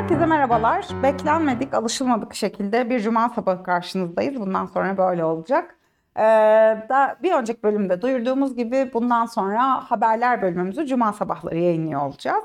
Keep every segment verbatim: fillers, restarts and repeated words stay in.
Herkese merhabalar. Beklenmedik, alışılmadık şekilde bir cuma sabahı karşınızdayız. Bundan sonra böyle olacak. Ee, da bir önceki bölümde duyurduğumuz gibi bundan sonra haberler bölümümüzü cuma sabahları yayınlıyor olacağız.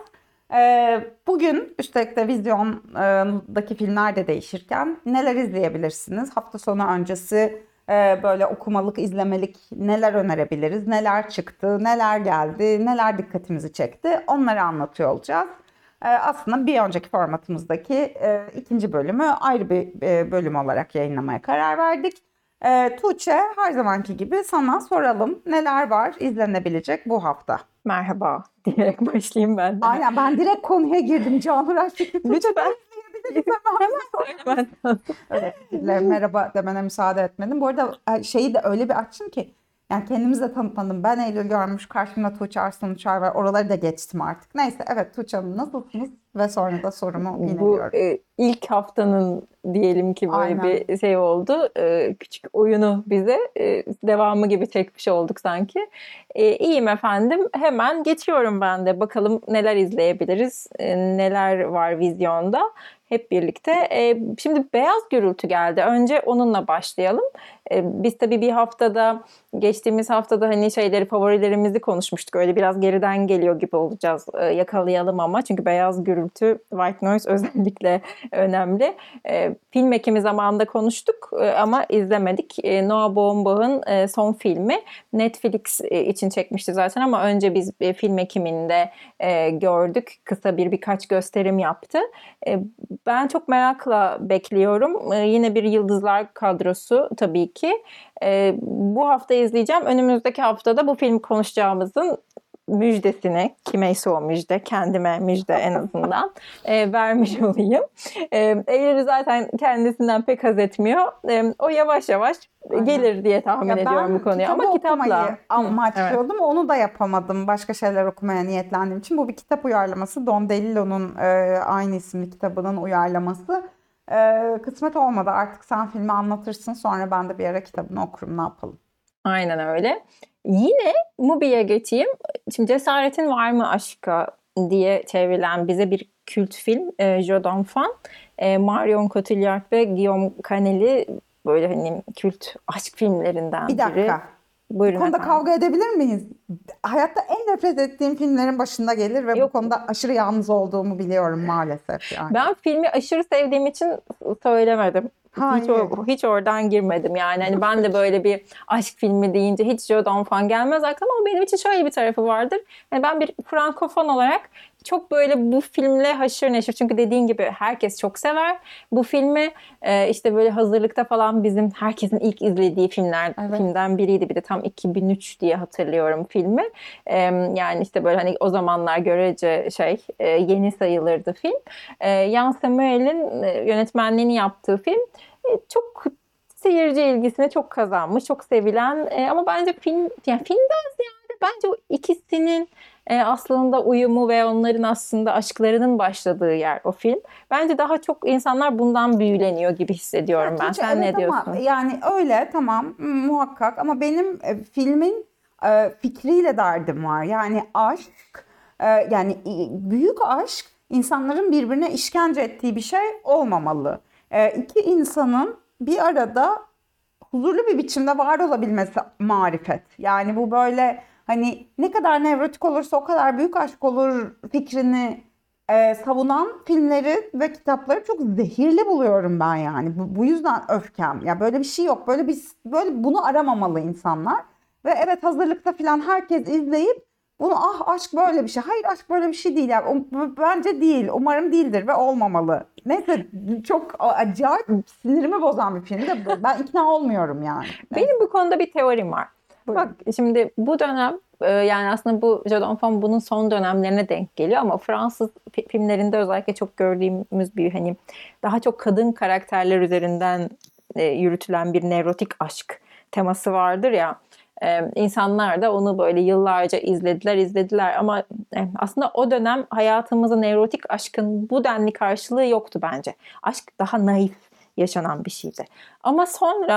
Ee, bugün üstelik de vizyondaki filmler de değişirken neler izleyebilirsiniz? Hafta sonu öncesi e, böyle okumalık, izlemelik neler önerebiliriz? Neler çıktı, neler geldi, neler dikkatimizi çekti? Onları anlatıyor olacağız. Ee, Aslında bir önceki formatımızdaki e, ikinci bölümü ayrı bir e, bölüm olarak yayınlamaya karar verdik. Ee, Tuğçe, her zamanki gibi sana soralım, neler var izlenebilecek bu hafta? Merhaba diyerek başlayayım ben de. Aynen, ben direkt konuya girdim. Canhıraş Fikri Tuğçe Lütfen. izleyebiliriz hemen. Ben Evet, merhaba demene müsaade etmedim. Bu arada e, şeyi de öyle bir açtım ki, yani kendimizi de tanıtmadım. Ben Eylül Görmüş, karşımda Tuğçe Arslan Uçar var. Oraları da geçtim artık. Neyse, evet Tuğçe Hanım, nasılsınız? Ve sonra da sorumu bu yineliyorum. e, ilk haftanın diyelim ki böyle Aynen. bir şey oldu. E, küçük oyunu bize e, devamı gibi çekmiş olduk sanki. E, iyiyim efendim. Hemen geçiyorum ben de. Bakalım neler izleyebiliriz, e, neler var vizyonda. Hep birlikte. E, şimdi Beyaz Gürültü geldi. Önce onunla başlayalım. E, biz tabii bir haftada, geçtiğimiz haftada hani şeyleri, favorilerimizi konuşmuştuk. Öyle biraz geriden geliyor gibi olacağız. E, yakalayalım ama. Çünkü Beyaz Gürültü, White Noise özellikle önemli. E, film ekimi zamanında konuştuk e, ama izlemedik. E, Noah Baumbach'ın e, son filmi. Netflix e, için çekmişti zaten ama önce biz e, film ekiminde e, gördük. Kısa bir birkaç gösterim yaptı. E, ben çok merakla bekliyorum. E, yine bir yıldızlar kadrosu tabii ki. E, bu hafta izleyeceğim. Önümüzdeki haftada bu film konuşacağımızın müjdesini, kimeyse o müjde, kendime müjde en azından e, vermiş olayım. E, Eylül zaten kendisinden pek haz etmiyor. E, o yavaş yavaş Aynen. gelir diye tahmin Ya ediyorum ben bu konuya. kitabı Ama okumayı kitapla. Hı, amaçlıyordum. Onu da yapamadım. Başka şeyler okumaya niyetlendiğim için. Bu bir kitap uyarlaması. Don DeLillo'nun e, aynı isimli kitabının uyarlaması. E, kısmet olmadı. Artık sen filmi anlatırsın. Sonra ben de bir ara kitabını okurum. Ne yapalım? Aynen öyle. Yine Mubi'ye geçeyim. Şimdi Cesaretin Var mı Aşka diye çevrilen bize bir kült film. E, Joe D'Enfant, e, Marion Cotillard ve Guillaume Canel'i böyle hani kült aşk filmlerinden Bir biri. dakika. Bu Buyurun konuda efendim. kavga edebilir miyiz? Hayatta en nefret ettiğim filmlerin başında gelir ve bu Yok, konuda aşırı yalnız olduğumu biliyorum maalesef yani. ben filmi aşırı sevdiğim için söylemedim. Hiç, Hayır. o- hiç oradan girmedim yani. Hani ben de böyle bir aşk filmi deyince hiç Joe D'Enfant gelmez aklıma ama benim için şöyle bir tarafı vardır. Yani ben bir Frankofon olarak çok böyle bu filmle haşır neşir. Çünkü dediğin gibi herkes çok sever. Bu filmi e, işte böyle hazırlıkta falan bizim herkesin ilk izlediği filmler Evet. filmden biriydi. Bir de tam iki bin üç diye hatırlıyorum filmi. E, yani işte böyle hani o zamanlar görece şey e, yeni sayılırdı film. E, Jan Samuel'in e, yönetmenliğini yaptığı film e, çok seyirci ilgisini çok kazanmış, çok sevilen e, ama bence film, yani filmden ziyade bence o ikisinin e, aslında uyumu ve onların aslında aşklarının başladığı yer o film. Bence daha çok insanlar bundan büyüleniyor gibi hissediyorum Ya ben. Tuğçe, Sen evet ne ama diyorsun? yani öyle tamam, m, muhakkak ama benim e, filmin e, fikriyle derdim var. Yani aşk, e, yani i- büyük aşk insanların birbirine işkence ettiği bir şey olmamalı. E, iki insanın bir arada huzurlu bir biçimde var olabilmesi marifet. Yani bu böyle hani ne kadar nevrotik olursa o kadar büyük aşk olur fikrini e, savunan filmleri ve kitapları çok zehirli buluyorum ben yani. Bu, bu yüzden öfkem. Ya böyle bir şey yok. Böyle bir böyle bunu aramamalı insanlar. Ve evet, hazırlıkta falan herkes izleyip bunu, ah aşk böyle bir şey. Hayır, aşk böyle bir şey değil. Yani, o- bence değil. Umarım değildir ve olmamalı. Neyse, çok acayip sinirimi bozan bir film de ben ikna olmuyorum yani. Neyse, Benim bu konuda bir teorim var. Bak buyurun. şimdi bu dönem e, yani aslında bu Jeux d'Enfant bunun son dönemlerine denk geliyor ama Fransız fi- filmlerinde özellikle çok gördüğümüz bir hani daha çok kadın karakterler üzerinden e, yürütülen bir nevrotik aşk teması vardır ya. E, insanlar da onu böyle yıllarca izlediler izlediler ama e, aslında o dönem hayatımızda nevrotik aşkın bu denli karşılığı yoktu bence. Aşk daha naif yaşanan bir şeydi. Ama sonra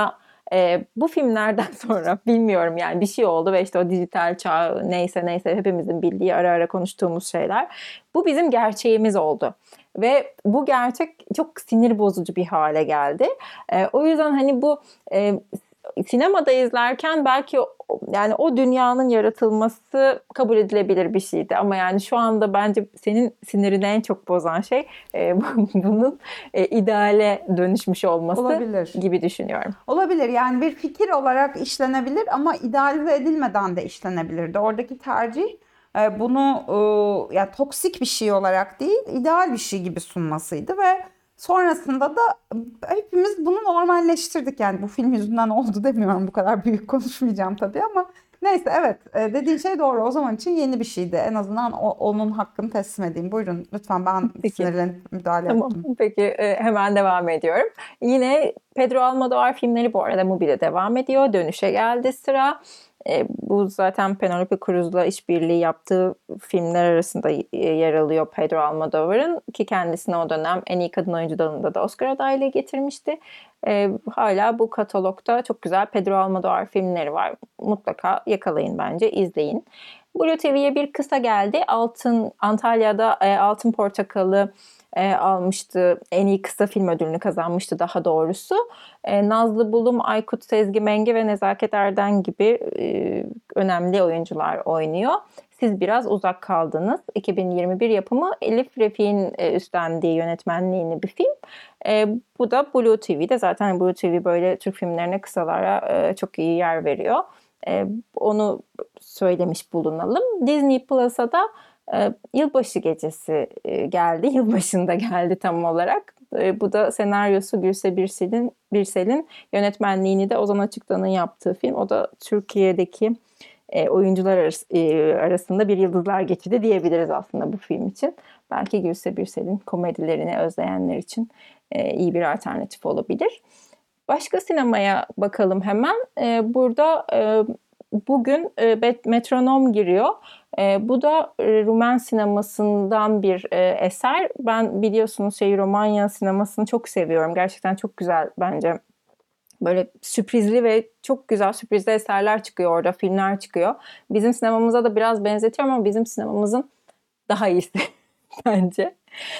E, bu filmlerden sonra bilmiyorum yani bir şey oldu ve işte o dijital çağ neyse neyse hepimizin bildiği ara ara konuştuğumuz şeyler. Bu bizim gerçeğimiz oldu. Ve bu gerçek çok sinir bozucu bir hale geldi. E, o yüzden hani bu e, sinemada izlerken belki yani o dünyanın yaratılması kabul edilebilir bir şeydi. Ama yani şu anda bence senin sinirini en çok bozan şey e, bunun e, ideale dönüşmüş olması Olabilir. gibi düşünüyorum. Olabilir. Yani bir fikir olarak işlenebilir ama idealize edilmeden de işlenebilirdi. Oradaki tercih e, bunu e, ya toksik bir şey olarak değil, ideal bir şey gibi sunmasıydı ve sonrasında da hepimiz bunu normalleştirdik. Yani bu film yüzünden oldu demiyorum. Bu kadar büyük konuşmayacağım tabii ama neyse, evet, e, dediğin şey doğru. O zaman için yeni bir şeydi. En azından o, onun hakkını teslim edeyim. Buyurun lütfen, ben Peki. sinirlenip müdahale Tamam. ettim. Peki e, hemen devam ediyorum. Yine Pedro Almodovar filmleri bu arada Mubi'de devam ediyor. Dönüşe geldi sıra. E, bu zaten Penelope Cruz'la işbirliği yaptığı filmler arasında e, yer alıyor Pedro Almodovar'ın, ki kendisine o dönem en iyi kadın oyuncu dalında da Oscar adaylığı getirmişti. E, hala bu katalogda çok güzel Pedro Almodovar filmleri var. Mutlaka yakalayın, bence izleyin. Blue T V'ye bir kısa geldi. Altın Antalya'da e, Altın Portakal'ı e, almıştı. En iyi kısa film ödülünü kazanmıştı daha doğrusu. E, Nazlı Bulum, Aykut Sezgi Menge ve Nezaket Erden gibi e, önemli oyuncular oynuyor. Siz biraz uzak kaldınız. iki bin yirmi bir yapımı, Elif Refik'in e, üstlendiği yönetmenliğini bir film. E, bu da Blue T V'de. Zaten Blue T V böyle Türk filmlerine, kısalara e, çok iyi yer veriyor. E, onu söylemiş bulunalım. Disney Plus'a da e, Yılbaşı Gecesi e, geldi. Yılbaşında geldi tam olarak. E, bu da senaryosu Gülse Birsel'in, Birsel'in yönetmenliğini de Ozan Açıktan'ın yaptığı film. O da Türkiye'deki e, oyuncular arası, e, arasında bir yıldızlar geçidi diyebiliriz aslında bu film için. Belki Gülse Birsel'in komedilerini özleyenler için e, iyi bir alternatif olabilir. Başka sinemaya bakalım hemen. E, burada e, bugün e, Metronom giriyor. E, bu da e, Rumen sinemasından bir e, eser. Ben biliyorsunuz şey Romanya sinemasını çok seviyorum. Gerçekten çok güzel bence. Böyle sürprizli ve çok güzel sürprizli eserler çıkıyor orada, filmler çıkıyor. Bizim sinemamıza da biraz benzetiyorum ama bizim sinemamızın daha iyisi bence.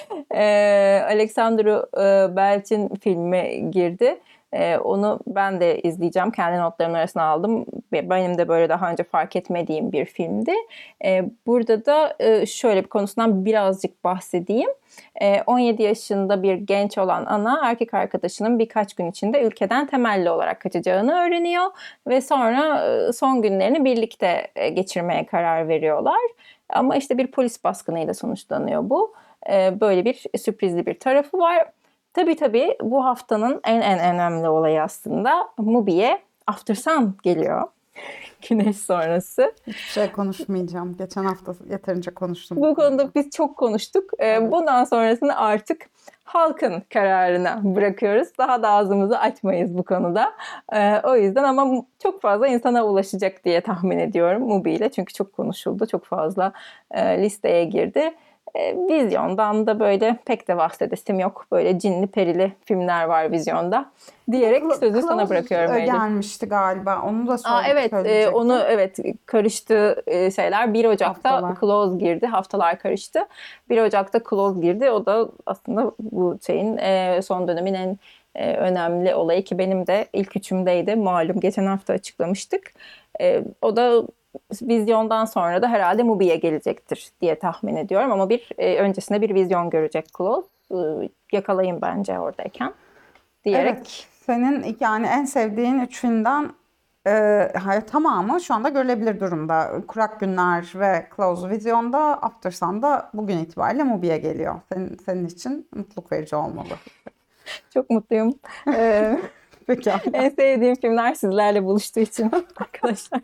Ee, Alexandru e, Belç'in filmi girdi. Ee, onu ben de izleyeceğim. Kendi notlarımın arasına aldım. Benim de böyle daha önce fark etmediğim bir filmdi. Ee, burada da e, şöyle bir konusundan birazcık bahsedeyim. Ee, on yedi yaşında bir genç olan ana, erkek arkadaşının birkaç gün içinde ülkeden temelli olarak kaçacağını öğreniyor. Ve sonra e, son günlerini birlikte e, geçirmeye karar veriyorlar. Ama işte bir polis baskınıyla sonuçlanıyor bu. Ee, böyle bir sürprizli bir tarafı var. Tabii tabii bu haftanın en en önemli olayı aslında Mubi'ye After Sun geliyor. Güneş sonrası. Hiçbir şey konuşmayacağım. Geçen hafta yeterince konuştum. Bu konuda biz çok konuştuk. Ee, bundan sonrasını artık halkın kararına bırakıyoruz. Daha da ağzımızı açmayız bu konuda. Ee, o yüzden ama çok fazla insana ulaşacak diye tahmin ediyorum Mubi ile. Çünkü çok konuşuldu. Çok fazla e, listeye girdi. E, vizyondan da böyle pek de bahsedesim yok. Böyle cinli perili filmler var vizyonda diyerek Close sözü sana bırakıyorum Eylül. gelmişti galiba. Onu da Aa, evet e, onu evet karıştı e, şeyler. bir Ocak'ta Haftalar. Close girdi. Haftalar karıştı. bir Ocak'ta Close girdi. O da aslında bu şeyin e, son dönemin en e, önemli olayı, ki benim de ilk üçümdeydi. Malum geçen hafta açıklamıştık. E, o da vizyondan sonra da herhalde Mubi'ye gelecektir diye tahmin ediyorum. Ama bir e, öncesinde bir vizyon görecek Close. E, yakalayın bence oradayken diyerek. Evet, senin yani en sevdiğin üç filmden e, hayır, tamamı şu anda görülebilir durumda. Kurak Günler ve Close vizyonda, After Sun da bugün itibariyle Mubi'ye geliyor. Senin, senin için mutluluk verici olmalı. Çok mutluyum. Ee, Peki. en sevdiğim filmler sizlerle buluştuğu için arkadaşlar.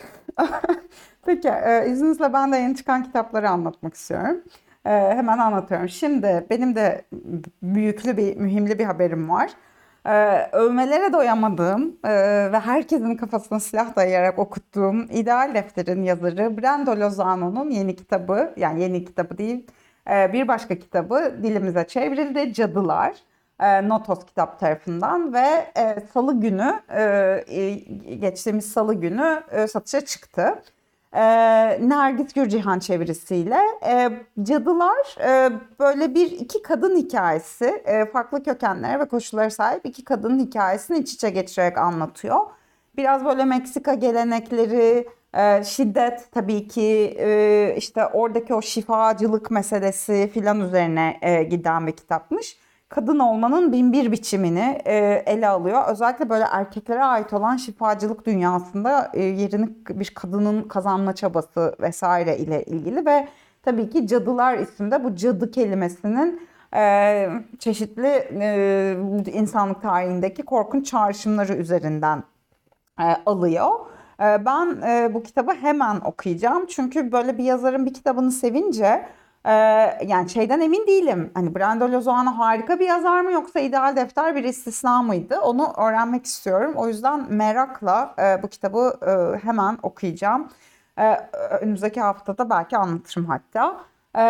Peki, e, izninizle ben de yeni çıkan kitapları anlatmak istiyorum. E, hemen anlatıyorum. Şimdi benim de büyüklü bir, mühimli bir haberim var. E, övmelere doyamadığım e, ve herkesin kafasına silah dayayarak okuttuğum İdeal Defter'in yazarı Brendo Lozano'nun yeni kitabı, yani yeni kitabı değil, e, bir başka kitabı dilimize çevrildi. Cadılar. E, Notos Kitap tarafından ve e, Salı günü, e, e, geçtiğimiz Salı günü e, satışa çıktı. E, Nergis Gürcihan çevirisiyle. E, Cadılar e, böyle bir iki kadın hikayesi, e, farklı kökenlere ve koşullara sahip iki kadının hikayesini iç içe geçirerek anlatıyor. Biraz böyle Meksika gelenekleri, e, şiddet tabii ki, e, işte oradaki o şifacılık meselesi filan üzerine e, giden bir kitapmış. Kadın olmanın bin bir biçimini e, ele alıyor. Özellikle böyle erkeklere ait olan şifacılık dünyasında e, yerini bir kadının kazanma çabası vesaire ile ilgili ve tabii ki Cadılar isimde bu cadı kelimesinin e, çeşitli e, insanlık tarihindeki korkunç çağrışımları üzerinden e, alıyor. E, ben e, bu kitabı hemen okuyacağım. Çünkü böyle bir yazarın bir kitabını sevince e, yani şeyden emin değilim. Hani Brenda Lozano harika bir yazar mı yoksa İdeal Defter bir istisna mıydı? Onu öğrenmek istiyorum. O yüzden merakla e, bu kitabı e, hemen okuyacağım. E, önümüzdeki haftada belki anlatırım hatta. E,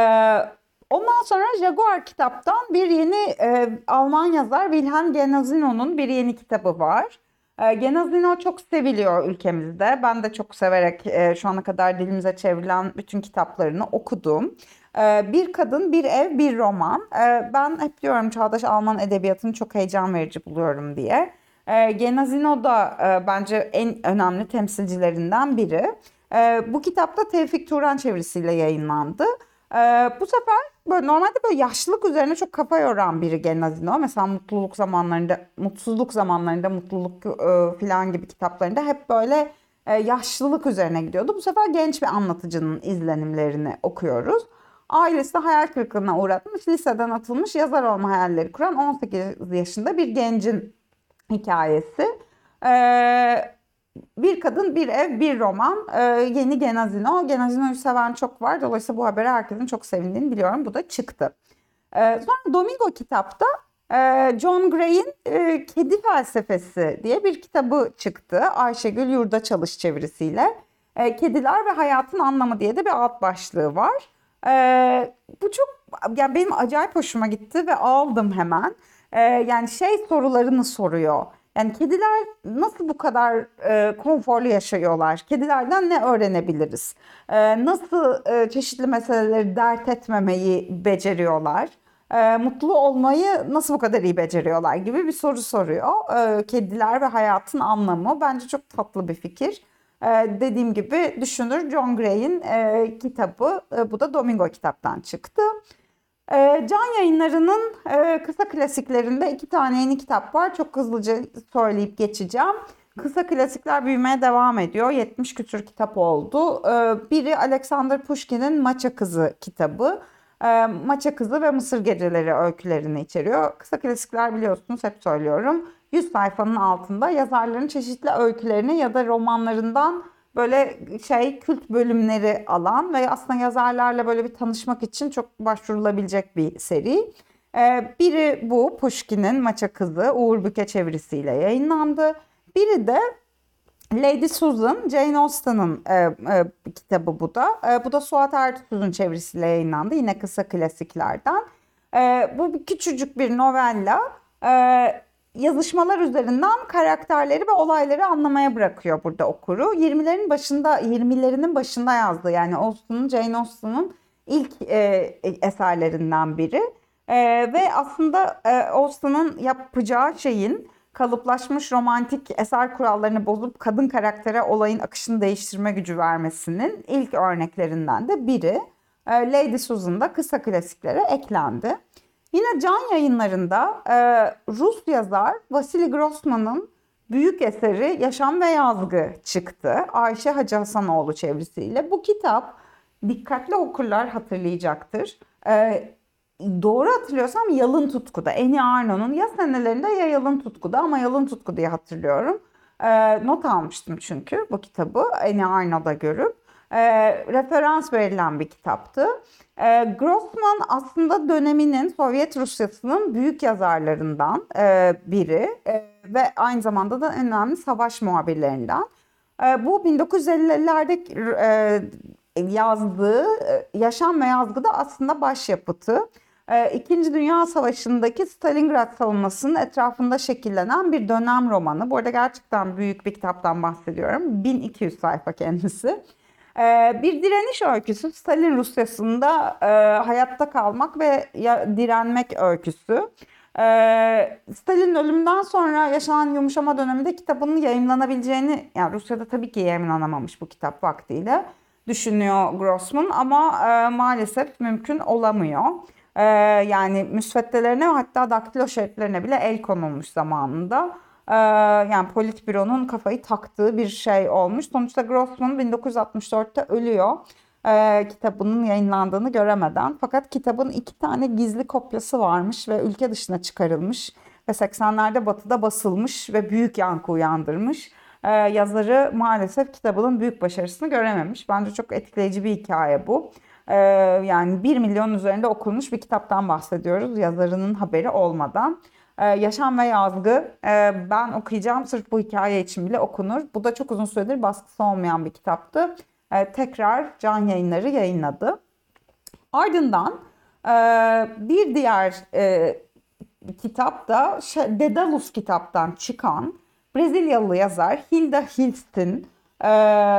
Ondan sonra Jaguar kitaptan bir yeni e, Alman yazar Wilhelm Genazino'nun bir yeni kitabı var. E, Genazino çok seviliyor ülkemizde. Ben de çok severek e, şu ana kadar dilimize çevrilen bütün kitaplarını okudum. E, Bir Kadın, Bir Ev, Bir Roman. E, ben hep diyorum çağdaş Alman edebiyatını çok heyecan verici buluyorum diye. E, Genazino da e, bence en önemli temsilcilerinden biri. E, bu kitapta Tevfik Turan çevirisiyle yayınlandı. E, bu sefer böyle normalde böyle yaşlılık üzerine çok kafa yoran biri Genazino. Mesela mutluluk zamanlarında, mutsuzluk zamanlarında, mutluluk e, falan gibi kitaplarında hep böyle e, yaşlılık üzerine gidiyordu. Bu sefer genç bir anlatıcının izlenimlerini okuyoruz. Ailesi de hayal kırıklığına uğratmış, liseden atılmış, yazar olma hayalleri kuran on sekiz yaşında bir gencin hikayesi. Ee, Bir Kadın, Bir Ev, Bir Roman. Ee, yeni Genazino. Genazino'yu seven çok var. Dolayısıyla bu haberi herkesin çok sevindiğini biliyorum. Bu da çıktı. Ee, sonra Domingo kitapta e, John Gray'in e, Kedi Felsefesi diye bir kitabı çıktı. Ayşegül Yurdaçalış çevirisiyle. E, Kediler ve Hayatın Anlamı diye de bir alt başlığı var. E, bu çok, yani benim acayip hoşuma gitti ve aldım hemen. E, yani şey sorularını soruyor. Yani kediler nasıl bu kadar e, konforlu yaşıyorlar? Kedilerden ne öğrenebiliriz? E, nasıl e, çeşitli meseleleri dert etmemeyi beceriyorlar? E, mutlu olmayı nasıl bu kadar iyi beceriyorlar gibi bir soru soruyor. E, kediler ve hayatın anlamı bence çok tatlı bir fikir. E, dediğim gibi düşünür John Gray'in e, kitabı. E, bu da Domingo kitaptan çıktı. E, Can Yayınları'nın e, kısa klasiklerinde iki tane yeni kitap var. Çok hızlıca söyleyip geçeceğim. Kısa klasikler büyümeye devam ediyor. yetmiş küsur kitap oldu. E, biri Alexander Pushkin'in Maça Kızı kitabı. E, Maça Kızı ve Mısır Geceleri öykülerini içeriyor. Kısa klasikler biliyorsunuz, hep söylüyorum. yüz sayfanın altında yazarların çeşitli öykülerini ya da romanlarından böyle şey kült bölümleri alan ve aslında yazarlarla böyle bir tanışmak için çok başvurulabilecek bir seri. Ee, biri bu Pushkin'in Maça Kızı, Uğur Büke çevirisiyle yayınlandı. Biri de Lady Susan, Jane Austen'ın e, e, kitabı bu da. E, bu da Suat Ertuğrul'un çevirisiyle yayınlandı. Yine kısa klasiklerden. E, bu bir küçücük bir novella. E, yazışmalar üzerinden karakterleri ve olayları anlamaya bırakıyor burada okuru. yirmilerin başında, yirmilerinin başında yazdığı, yani Austen'ın, Jane Austen'ın ilk e, eserlerinden biri. E, ve aslında e, Austen'ın yapacağı şeyin kalıplaşmış romantik eser kurallarını bozup kadın karaktere olayın akışını değiştirme gücü vermesinin ilk örneklerinden de biri. Lady Susan da kısa klasiklere eklendi. Yine Can Yayınları'nda Rus yazar Vasily Grossman'ın büyük eseri Yaşam ve Yazgı çıktı. Ayşe Hacı Hasanoğlu çevirisiyle. Bu kitap dikkatli okurlar hatırlayacaktır. Doğru hatırlıyorsam Yalın Tutku'da. Eni Arno'nun ya senelerinde ya Yalın Tutku'da, ama Yalın Tutku diye hatırlıyorum. E, not almıştım çünkü bu kitabı Eni Arno'da görüp. E, referans verilen bir kitaptı. E, Grossman aslında döneminin Sovyet Rusyası'nın büyük yazarlarından e, biri e, ve aynı zamanda da en önemli savaş muhabirlerinden. E, bu bin dokuz yüz ellilerde e, yazdığı Yaşam ve Yazgı'da aslında başyapıtı. e, İkinci Dünya Savaşı'ndaki Stalingrad savunmasının etrafında şekillenen bir dönem romanı. Bu arada gerçekten büyük bir kitaptan bahsediyorum. bin iki yüz sayfa kendisi. E, bir direniş öyküsü. Stalin Rusyası'nda e, hayatta kalmak ve ya, direnmek öyküsü. Ee, Stalin'in ölümünden sonra yaşanan yumuşama döneminde kitabının yayımlanabileceğini, yani Rusya'da tabii ki yayımlanamamış bu kitap vaktiyle, düşünüyor Grossman ama e, maalesef mümkün olamıyor. E, yani müsveddelerine ve hatta daktilo şeritlerine bile el konulmuş zamanında. E, yani Politbüro'nun kafayı taktığı bir şey olmuş. Sonuçta Grossman bin dokuz yüz altmış dörtte ölüyor. E, kitabının yayınlandığını göremeden. Fakat kitabın iki tane gizli kopyası varmış ve ülke dışına çıkarılmış ve seksenlerde Batı'da basılmış ve büyük yankı uyandırmış. E, yazarı maalesef kitabının büyük başarısını görememiş. Bence çok etkileyici bir hikaye bu. E, yani bir milyon üzerinde okunmuş bir kitaptan bahsediyoruz yazarının haberi olmadan. Ee, Yaşam ve Yazgı. Ee, ben okuyacağım, sırf bu hikaye için bile okunur. Bu da çok uzun süredir baskısı olmayan bir kitaptı. Ee, tekrar Can Yayınları yayınladı. Ardından e, bir diğer e, kitap da şey, Dedalus kitaptan çıkan Brezilyalı yazar Hilda Hilst'in e,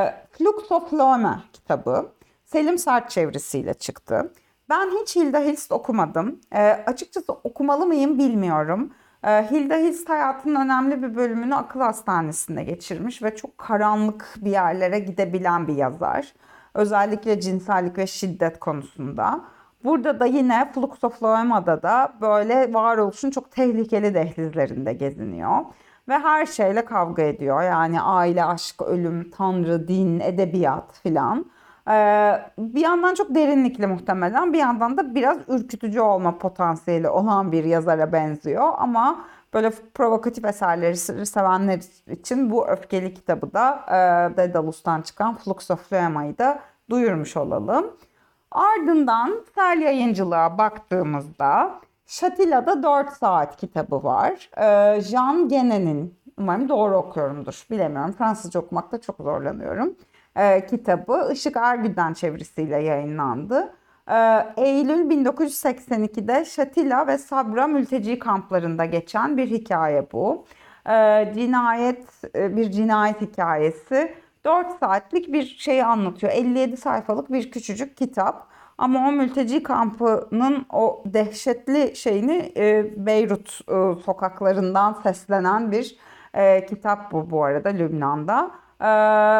Flux of Lome kitabı. Selim Sert çevirisiyle çıktı. Ben hiç Hilda Hilst okumadım. E, açıkçası okumalı mıyım bilmiyorum. E, Hilda Hilst hayatının önemli bir bölümünü akıl hastanesinde geçirmiş ve çok karanlık bir yerlere gidebilen bir yazar. Özellikle cinsellik ve şiddet konusunda. Burada da yine Flux of Loema'da da böyle varoluşun çok tehlikeli dehlizlerinde geziniyor. Ve her şeyle kavga ediyor. Yani aile, aşk, ölüm, tanrı, din, edebiyat filan. Ee, bir yandan çok derinlikli muhtemelen, bir yandan da biraz ürkütücü olma potansiyeli olan bir yazara benziyor. Ama böyle provokatif eserleri sevenler için bu öfkeli kitabı da e, Dedalus'tan çıkan Flux of Loema'yı da duyurmuş olalım. Ardından Sel Yayıncılığa baktığımızda Şatila'da dört saat kitabı var. Ee, Jean Genet'in, umarım doğru okuyorumdur, bilemiyorum. Fransızca okumakta çok zorlanıyorum. Ee, kitabı Işık Ergüden çevirisiyle yayınlandı. Ee, Eylül bin dokuz yüz seksen ikide Şatila ve Sabra mülteci kamplarında geçen bir hikaye bu. Ee, cinayet, bir cinayet hikayesi. dört saatlik bir şeyi anlatıyor. elli yedi sayfalık bir küçücük kitap. Ama o mülteci kampının o dehşetli şeyini e, Beyrut e, sokaklarından seslenen bir e, kitap bu bu arada, Lübnan'da. E,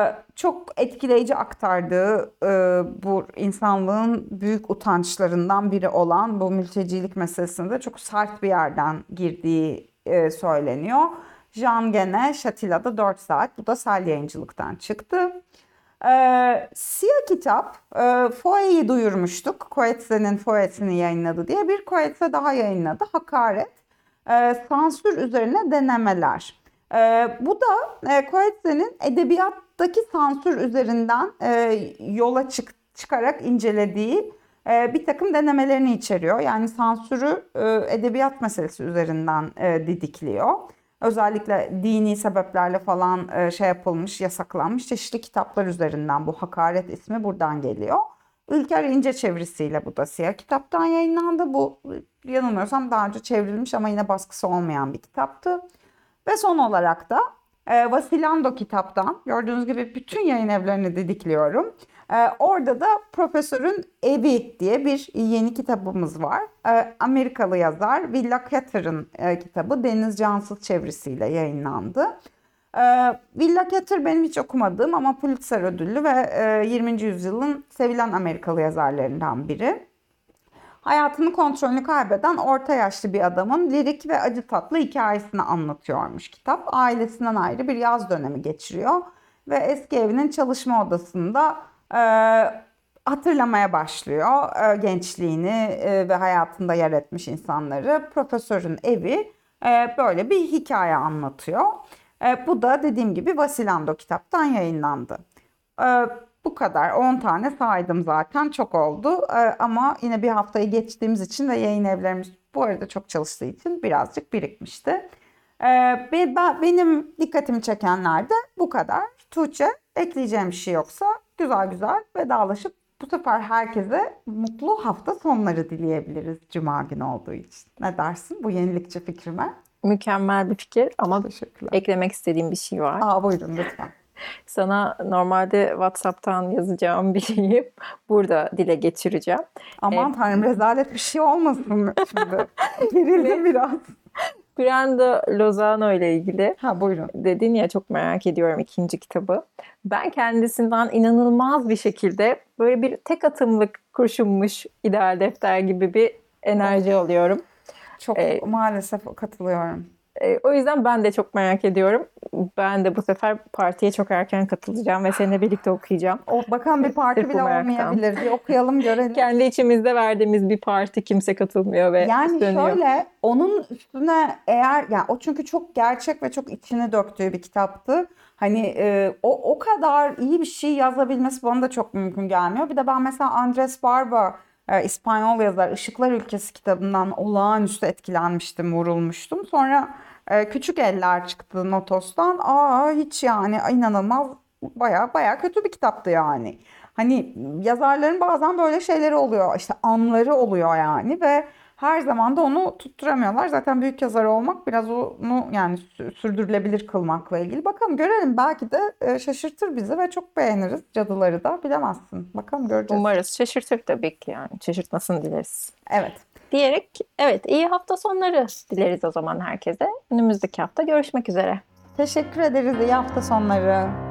çok etkileyici aktardığı e, bu insanlığın büyük utançlarından biri olan bu mültecilik meselesinde çok sert bir yerden girdiği e, söyleniyor. Jean Genet, Şatila'da dört saat. Bu da Sel Yayıncılık'tan çıktı. Ee, Siyah Kitap, e, Foe'yi duyurmuştuk. Coetze'nin Foe'sini yayınladı diye. Bir Coetze daha yayınladı. Hakaret, e, sansür üzerine denemeler. E, bu da e, Coetze'nin edebiyattaki sansür üzerinden e, yola çık çıkarak incelediği e, bir takım denemelerini içeriyor. Yani sansürü e, edebiyat meselesi üzerinden e, didikliyor. Özellikle dini sebeplerle falan şey yapılmış, yasaklanmış çeşitli kitaplar üzerinden bu Hakaret ismi buradan geliyor. Ülker İnce çevirisiyle bu da Siyah Kitap'tan yayınlandı. Bu yanılmıyorsam daha önce çevrilmiş ama yine baskısı olmayan bir kitaptı. Ve son olarak da e, Vasilando kitaptan, gördüğünüz gibi bütün yayın evlerini didikliyorum. E, orada da Profesörün Evi diye bir yeni kitabımız var. E, Amerikalı yazar Willa Cather'ın e, kitabı Deniz Cansız çevirisiyle yayınlandı. E, Willa Cather benim hiç okumadığım ama Pulitzer ödüllü ve e, yirminci yüzyılın sevilen Amerikalı yazarlarından biri. Hayatını kontrolünü kaybeden orta yaşlı bir adamın lirik ve acı tatlı hikayesini anlatıyormuş kitap. Ailesinden ayrı bir yaz dönemi geçiriyor ve eski evinin çalışma odasında e, hatırlamaya başlıyor e, gençliğini e, ve hayatında yer etmiş insanları. Profesörün Evi e, böyle bir hikaye anlatıyor. E, bu da dediğim gibi Vasilando kitaptan yayınlandı. E, Bu kadar. on tane saydım zaten. Çok oldu. Ee, ama yine bir haftayı geçtiğimiz için ve yayın evlerimiz bu arada çok çalıştığı için birazcık birikmişti. Ee, ben, benim dikkatimi çekenler de bu kadar. Tuğçe, ekleyeceğim bir şey yoksa güzel güzel vedalaşıp bu sefer herkese mutlu hafta sonları dileyebiliriz Cuma günü olduğu için. Ne dersin bu yenilikçi fikrime? Mükemmel bir fikir ama Teşekkürler. eklemek istediğim bir şey var. Aa, buyurun lütfen. Sana normalde WhatsApp'tan yazacağım bir şeyi burada dile getireceğim. Aman Ee, tanrım, rezalet bir şey olmasın şimdi. Gerildim biraz. Brenda Lozano ile ilgili Ha, buyurun. dedin ya, çok merak ediyorum ikinci kitabı. Ben kendisinden inanılmaz bir şekilde böyle bir tek atımlık kurşunmuş ideal defter gibi bir enerji alıyorum. Çok Ee, maalesef katılıyorum. E, o yüzden ben de çok merak ediyorum. Ben de bu sefer partiye çok erken katılacağım ve seninle birlikte okuyacağım. O, bakalım bir parti Sırf bu bile meraktan. olmayabilir. Bir okuyalım görelim. Kendi içimizde verdiğimiz bir parti, kimse katılmıyor ve Yani dönüyor. şöyle, onun üstüne eğer, yani o çünkü çok gerçek ve çok içine döktüğü bir kitaptı. Hani e, o o kadar iyi bir şey yazabilmesi bana da çok mümkün gelmiyor. Bir de ben mesela Andres Barba, e, İspanyol yazar, Işıklar Ülkesi kitabından olağanüstü etkilenmiştim, vurulmuştum. Sonra e, Küçük Eller çıktı Notos'tan. Aa, hiç yani inanılmaz, baya baya kötü bir kitaptı yani. Hani yazarların bazen böyle şeyleri oluyor, işte anları oluyor yani ve her zaman da onu tutturamıyorlar. Zaten büyük yazar olmak biraz onu yani sü- sürdürülebilir kılmakla ilgili. Bakalım görelim, belki de e, şaşırtır bizi ve çok beğeniriz. Cadıları da bilemezsin. Bakalım göreceğiz. Umarız şaşırtır tabii ki, yani şaşırtmasını dileriz. Evet. Diyerek evet, iyi hafta sonları dileriz o zaman herkese. Önümüzdeki hafta görüşmek üzere. Teşekkür ederiz. İyi hafta sonları.